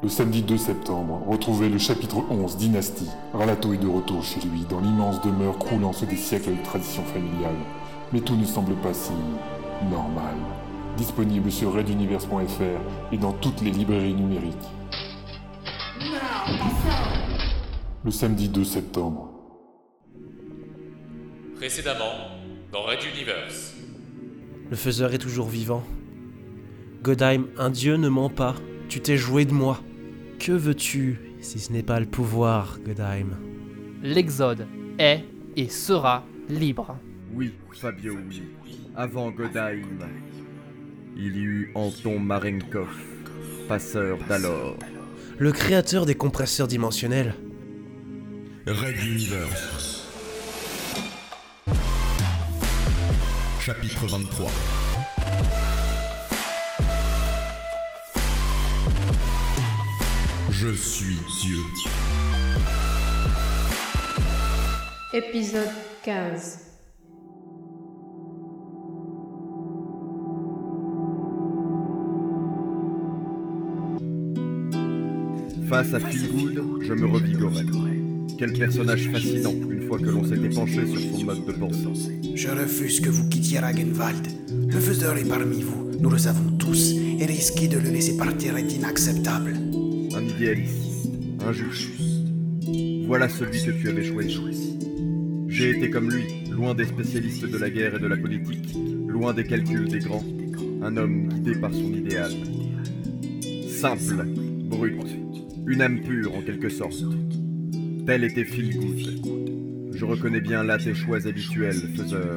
Le samedi 2 septembre, retrouvez le chapitre 11, Dynastie. Ralato est de retour chez lui, dans l'immense demeure croulant sous des siècles de tradition familiale. Mais tout ne semble pas si normal. Disponible sur reduniverse.fr et dans toutes les librairies numériques. Le samedi 2 septembre. Précédemment, dans Red Universe. Le faiseur est toujours vivant. Godheim, un dieu ne ment pas. Tu t'es joué de moi. Que veux-tu, si ce n'est pas le pouvoir, Godheim? L'Exode est et sera libre. Oui, Fabio, oui. Avant Godheim, il y eut Anton Marenkov, passeur d'alors. Le créateur des compresseurs dimensionnels. Red Universe. Chapitre 23. Je suis Dieu. Épisode 15. Face à Feelgood, je me revigorais. Quel personnage fascinant, une fois que l'on s'était penché sur son mode de pensée. Je refuse que vous quittiez Ragenwald. Le faiseur est parmi vous, nous le savons tous, et risquer de le laisser partir est inacceptable. Un idéaliste, injuste. Voilà celui que tu avais choisi. J'ai été comme lui, loin des spécialistes de la guerre et de la politique, loin des calculs des grands, un homme guidé par son idéal. Simple, brut, une âme pure en quelque sorte. Tel était Feelgood. Je reconnais bien là tes choix habituels, faiseur.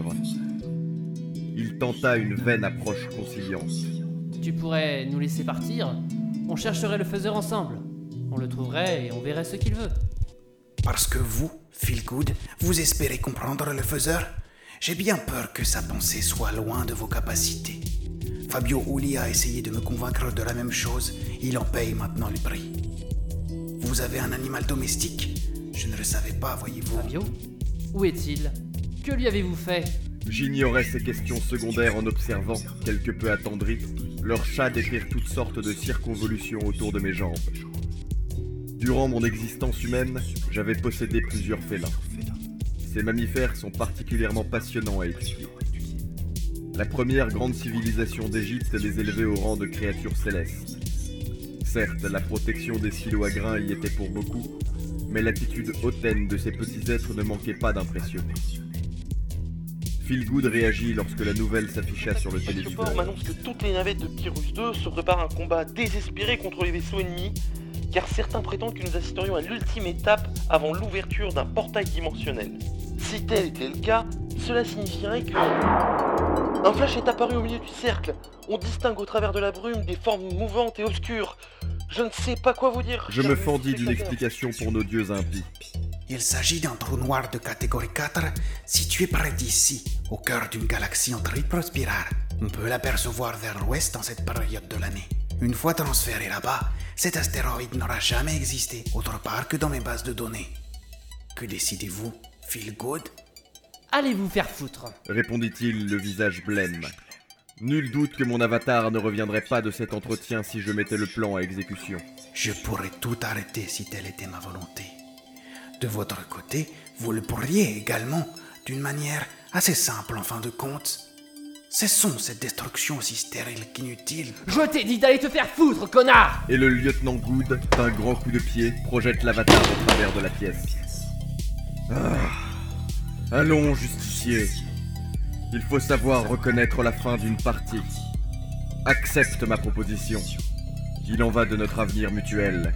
Il tenta une vaine approche conciliante. Tu pourrais nous laisser partir? On chercherait le faiseur ensemble. On le trouverait et on verrait ce qu'il veut. Parce que vous, Feelgood, vous espérez comprendre le faiseur? J'ai bien peur que sa pensée soit loin de vos capacités. Fabio Uli a essayé de me convaincre de la même chose. Il en paye maintenant le prix. Vous avez un animal domestique? Je ne le savais pas, voyez-vous. Fabio? Où est-il? Que lui avez-vous fait? J'ignorais ces questions secondaires en observant, quelque peu attendri, leur chat décrire toutes sortes de circonvolutions autour de mes jambes. Durant mon existence humaine, j'avais possédé plusieurs félins. Ces mammifères sont particulièrement passionnants à étudier. La première grande civilisation d'Égypte les élevait au rang de créatures célestes. Certes, la protection des silos à grains y était pour beaucoup, mais l'attitude hautaine de ces petits êtres ne manquait pas d'impressionner. Feelgood réagit lorsque la nouvelle s'afficha sur le téléviseur. Le support m'annonce que toutes les navettes de Pyrrhus 2 se préparent un combat désespéré contre les vaisseaux ennemis, car certains prétendent que nous assisterions à l'ultime étape avant l'ouverture d'un portail dimensionnel. Si tel était le cas, cela signifierait que... Un flash est apparu au milieu du cercle. On distingue au travers de la brume des formes mouvantes et obscures. Je ne sais pas quoi vous dire. Je me fendis d'une explication pour nos dieux impies. Il s'agit d'un trou noir de catégorie 4, situé près d'ici, au cœur d'une galaxie en triple spirale. On peut l'apercevoir vers l'ouest en cette période de l'année. Une fois transféré là-bas, cet astéroïde n'aura jamais existé autre part que dans mes bases de données. Que décidez-vous, Feelgood? Allez vous faire foutre. Répondit-il, le visage blême. Nul doute que mon avatar ne reviendrait pas de cet entretien si je mettais le plan à exécution. Je pourrais tout arrêter si telle était ma volonté. De votre côté, vous le pourriez également, d'une manière assez simple en fin de compte. Cessons cette destruction aussi stérile qu'inutile. Je t'ai dit d'aller te faire foutre, connard! Et le lieutenant Good, d'un grand coup de pied, projette l'avatar au travers de la pièce. Allons, justicier. Il faut savoir reconnaître la fin d'une partie. Accepte ma proposition. Il en va de notre avenir mutuel.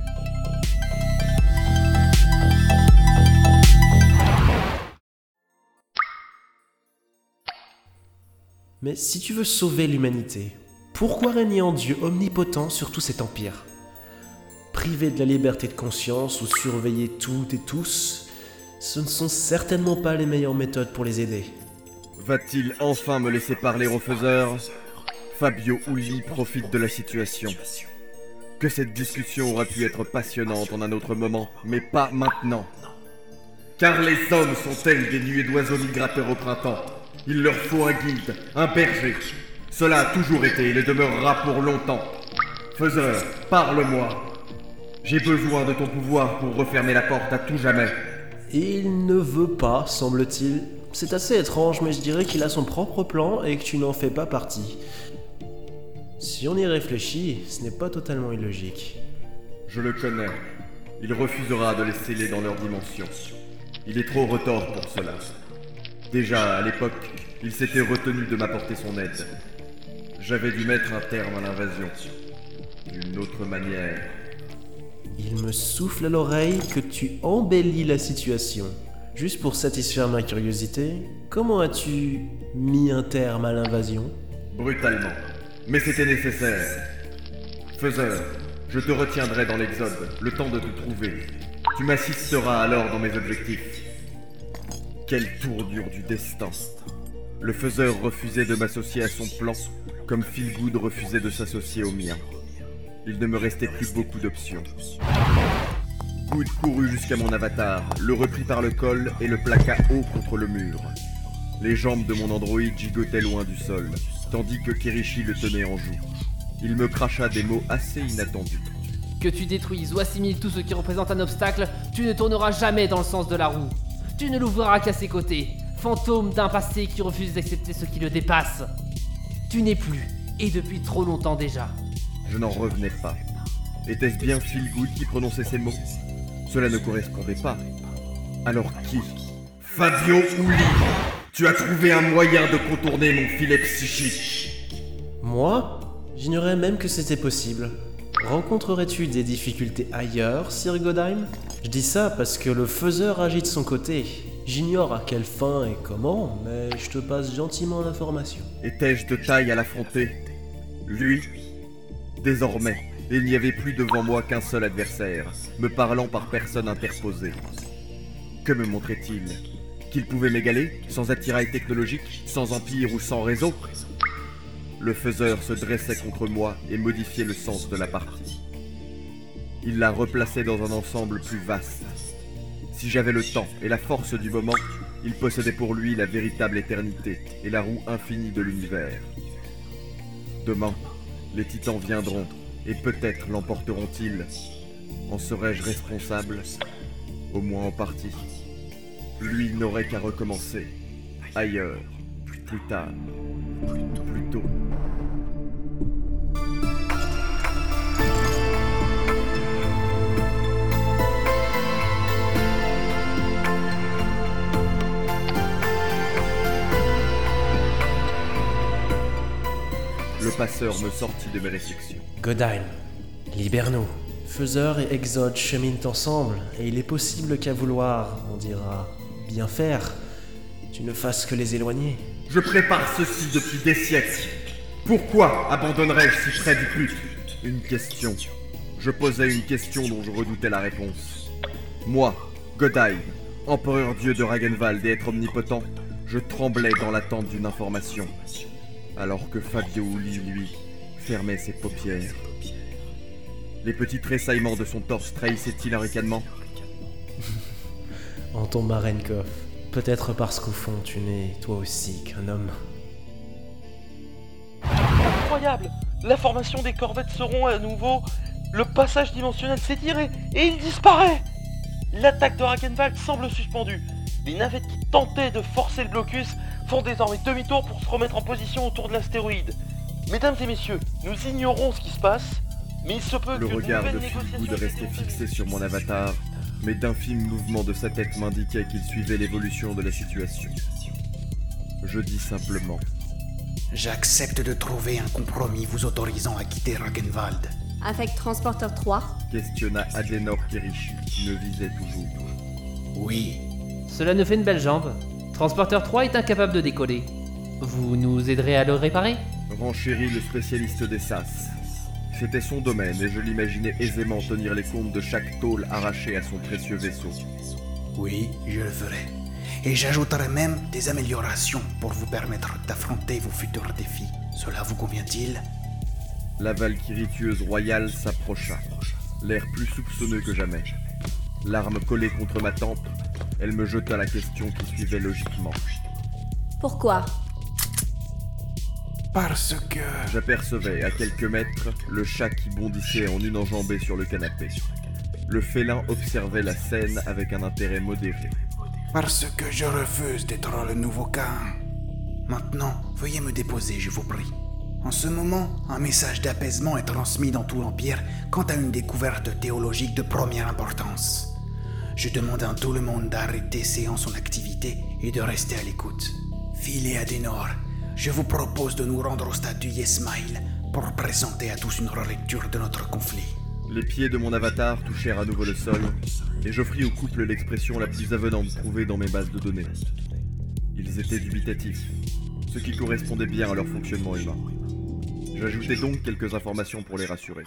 Mais si tu veux sauver l'humanité, pourquoi régner en Dieu omnipotent sur tout cet empire? Priver de la liberté de conscience ou surveiller toutes et tous, ce ne sont certainement pas les meilleures méthodes pour les aider. Va-t-il enfin me laisser parler au faiseur? Fabio Uli profite de la situation. Que cette discussion aurait pu être passionnante en un autre moment, mais pas maintenant. Car les hommes sont tels des nuées d'oiseaux migrateurs au printemps. Il leur faut un guide, un berger. Cela a toujours été et le demeurera pour longtemps. Faiseur, parle-moi. J'ai besoin de ton pouvoir pour refermer la porte à tout jamais. Il ne veut pas, semble-t-il. C'est assez étrange, mais je dirais qu'il a son propre plan et que tu n'en fais pas partie. Si on y réfléchit, ce n'est pas totalement illogique. Je le connais. Il refusera de les sceller dans leur dimension. Il est trop retors pour cela. Déjà, à l'époque, il s'était retenu de m'apporter son aide. J'avais dû mettre un terme à l'invasion. D'une autre manière. Il me souffle à l'oreille que tu embellis la situation. Juste pour satisfaire ma curiosité, comment as-tu mis un terme à l'invasion ? Brutalement. Mais c'était nécessaire. Faiseur, je te retiendrai dans l'Exode, le temps de te trouver. Tu m'assisteras alors dans mes objectifs. Quelle tournure du destin. Le Faiseur refusait de m'associer à son plan, comme Feelgood refusait de s'associer au mien. Il ne me restait plus beaucoup d'options. Good courut jusqu'à mon avatar, le reprit par le col et le plaqua haut contre le mur. Les jambes de mon androïde gigotaient loin du sol, tandis que Kirishi le tenait en joue. Il me cracha des mots assez inattendus. Que tu détruises ou assimiles tout ce qui représente un obstacle, tu ne tourneras jamais dans le sens de la roue. Tu ne l'ouvriras qu'à ses côtés, fantôme d'un passé qui refuse d'accepter ce qui le dépasse. Tu n'es plus, et depuis trop longtemps déjà. Je n'en revenais pas. Était-ce bien Feelgood qui prononçait ces mots ? Cela ne correspondait pas. Alors qui ? Fabio Uli, tu as trouvé un moyen de contourner mon filet psychique. Moi ? J'ignorais même que c'était possible. Rencontrerais-tu des difficultés ailleurs, Sir Godheim ? Je dis ça parce que le Faiseur agit de son côté. J'ignore à quelle fin et comment, mais je te passe gentiment l'information. Étais-je de taille à l'affronter ? Lui ? Désormais, il n'y avait plus devant moi qu'un seul adversaire, me parlant par personne interposée. Que me montrait-il ? Qu'il pouvait m'égaler, sans attirail technologique, sans empire ou sans réseau ? Le Faiseur se dressait contre moi et modifiait le sens de la partie. Il la replaçait dans un ensemble plus vaste. Si j'avais le temps et la force du moment, il possédait pour lui la véritable éternité et la roue infinie de l'univers. Demain, les titans viendront, et peut-être l'emporteront-ils. En serais-je responsable ? Au moins en partie. Lui n'aurait qu'à recommencer. Ailleurs. Plus tard. Plus tôt. Le passeur me sortit de mes réflexions. Godheim, libère-nous. Faiseur et Exode cheminent ensemble, et il est possible qu'à vouloir, on dira, bien faire, tu ne fasses que les éloigner. Je prépare ceci depuis des siècles. Pourquoi abandonnerais-je si près du but ? Une question. Je posais une question dont je redoutais la réponse. Moi, Godheim, empereur dieu de Ragenwald et être omnipotent, je tremblais dans l'attente d'une information. Alors que Fabio Uli, lui, fermait ses paupières. Les petits tressaillements de son torse trahissaient-ils un ricanement ? Anton Marenkov, peut-être parce qu'au fond tu n'es toi aussi qu'un homme. Incroyable! La formation des corvettes seront à nouveau... Le passage dimensionnel s'étire et il disparaît! L'attaque de Ragenwald semble suspendue. Les navettes qui tentaient de forcer le blocus font désormais demi-tour pour se remettre en position autour de l'astéroïde. Mesdames et messieurs, nous ignorons ce qui se passe, mais il se peut que le regard de négociation Feelgood restait fixé sur mon avatar, mais d'infimes mouvements de sa tête m'indiquaient qu'il suivait l'évolution de la situation. Je dis simplement... J'accepte de trouver un compromis vous autorisant à quitter Ragenwald. Avec Transporteur 3 questionna Adenor Kirishi, qui me visait toujours. Oui. Cela nous fait une belle jambe. Transporteur 3 est incapable de décoller. Vous nous aiderez à le réparer ? Renchérit le spécialiste des SAS. C'était son domaine et je l'imaginais aisément tenir les comptes de chaque tôle arrachée à son précieux vaisseau. Oui, je le ferai. Et j'ajouterai même des améliorations pour vous permettre d'affronter vos futurs défis. Cela vous convient-il ? La Valkyrie tueuse royale s'approcha, l'air plus soupçonneux que jamais. L'arme collée contre ma tempe, elle me jeta la question qui suivait logiquement. Pourquoi ? Parce que... J'apercevais à quelques mètres le chat qui bondissait en une enjambée sur le canapé. Le félin observait la scène avec un intérêt modéré. Parce que je refuse d'être le nouveau Caïn. Maintenant, veuillez me déposer, je vous prie. En ce moment, un message d'apaisement est transmis dans tout l'Empire quant à une découverte théologique de première importance. Je demande à tout le monde d'arrêter séance en activité et de rester à l'écoute. Phil et Adenor, je vous propose de nous rendre au statut Yesmaïl pour présenter à tous une relecture de notre conflit. Les pieds de mon avatar touchèrent à nouveau le sol, et j'offris au couple l'expression la plus avenante trouvée dans mes bases de données. Ils étaient dubitatifs, ce qui correspondait bien à leur fonctionnement humain. J'ajoutais donc quelques informations pour les rassurer.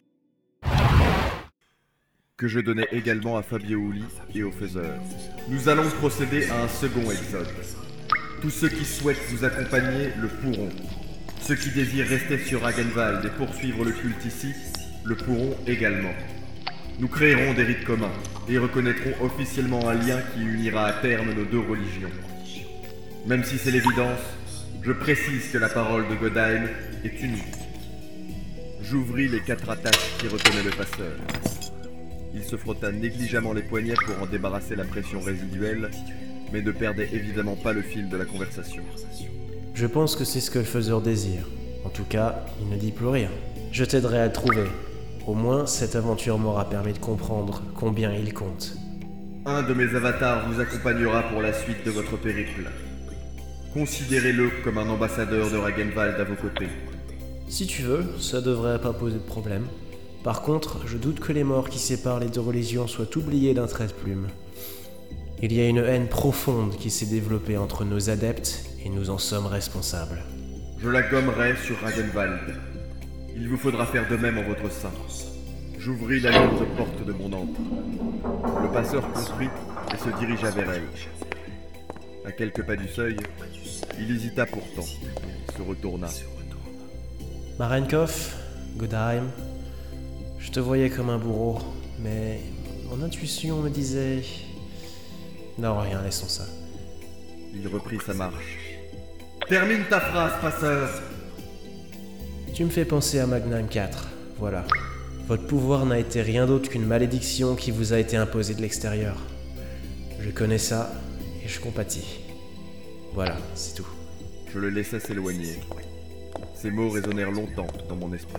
Que je donnais également à Fabio Uli et au faiseur. Nous allons procéder à un second exode. Tous ceux qui souhaitent vous accompagner le pourront. Ceux qui désirent rester sur Ragenwald et poursuivre le culte ici, le pourront également. Nous créerons des rites communs et reconnaîtrons officiellement un lien qui unira à terme nos deux religions. Même si c'est l'évidence, je précise que la parole de Godheim est unique. J'ouvris les 4 attaches qui retenaient le passeur. Il se frotta négligemment les poignets pour en débarrasser la pression résiduelle, mais ne perdait évidemment pas le fil de la conversation. Je pense que c'est ce que le faiseur désire. En tout cas, il ne dit plus rien. Je t'aiderai à le trouver. Au moins, cette aventure m'aura permis de comprendre combien il compte. Un de mes avatars vous accompagnera pour la suite de votre périple. Considérez-le comme un ambassadeur de Ragenwald à vos côtés. Si tu veux, ça devrait pas poser de problème. Par contre, je doute que les morts qui séparent les deux religions soient oubliés d'un trait de plume. Il y a une haine profonde qui s'est développée entre nos adeptes et nous en sommes responsables. Je la gommerai sur Ragenwald. Il vous faudra faire de même en votre sein. J'ouvris la lourde porte de mon antre. Le passeur comprit et se dirigea vers elle. À quelques pas du seuil, il hésita pourtant, se retourna. Marenkov, Godheim, je te voyais comme un bourreau, mais mon intuition me disait... Non, rien, laissons ça. Il reprit sa marche. Termine ta phrase, passeur! Tu me fais penser à Magnum 4, voilà. Votre pouvoir n'a été rien d'autre qu'une malédiction qui vous a été imposée de l'extérieur. Je connais ça, et je compatis. Voilà, c'est tout. Je le laissai s'éloigner. Ces mots résonnèrent longtemps dans mon esprit.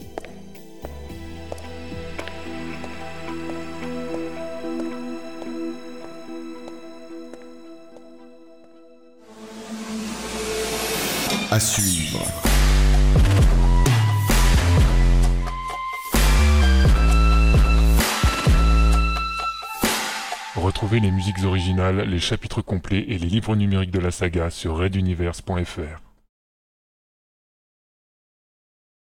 À suivre. Retrouvez les musiques originales, les chapitres complets et les livres numériques de la saga sur reduniverse.fr.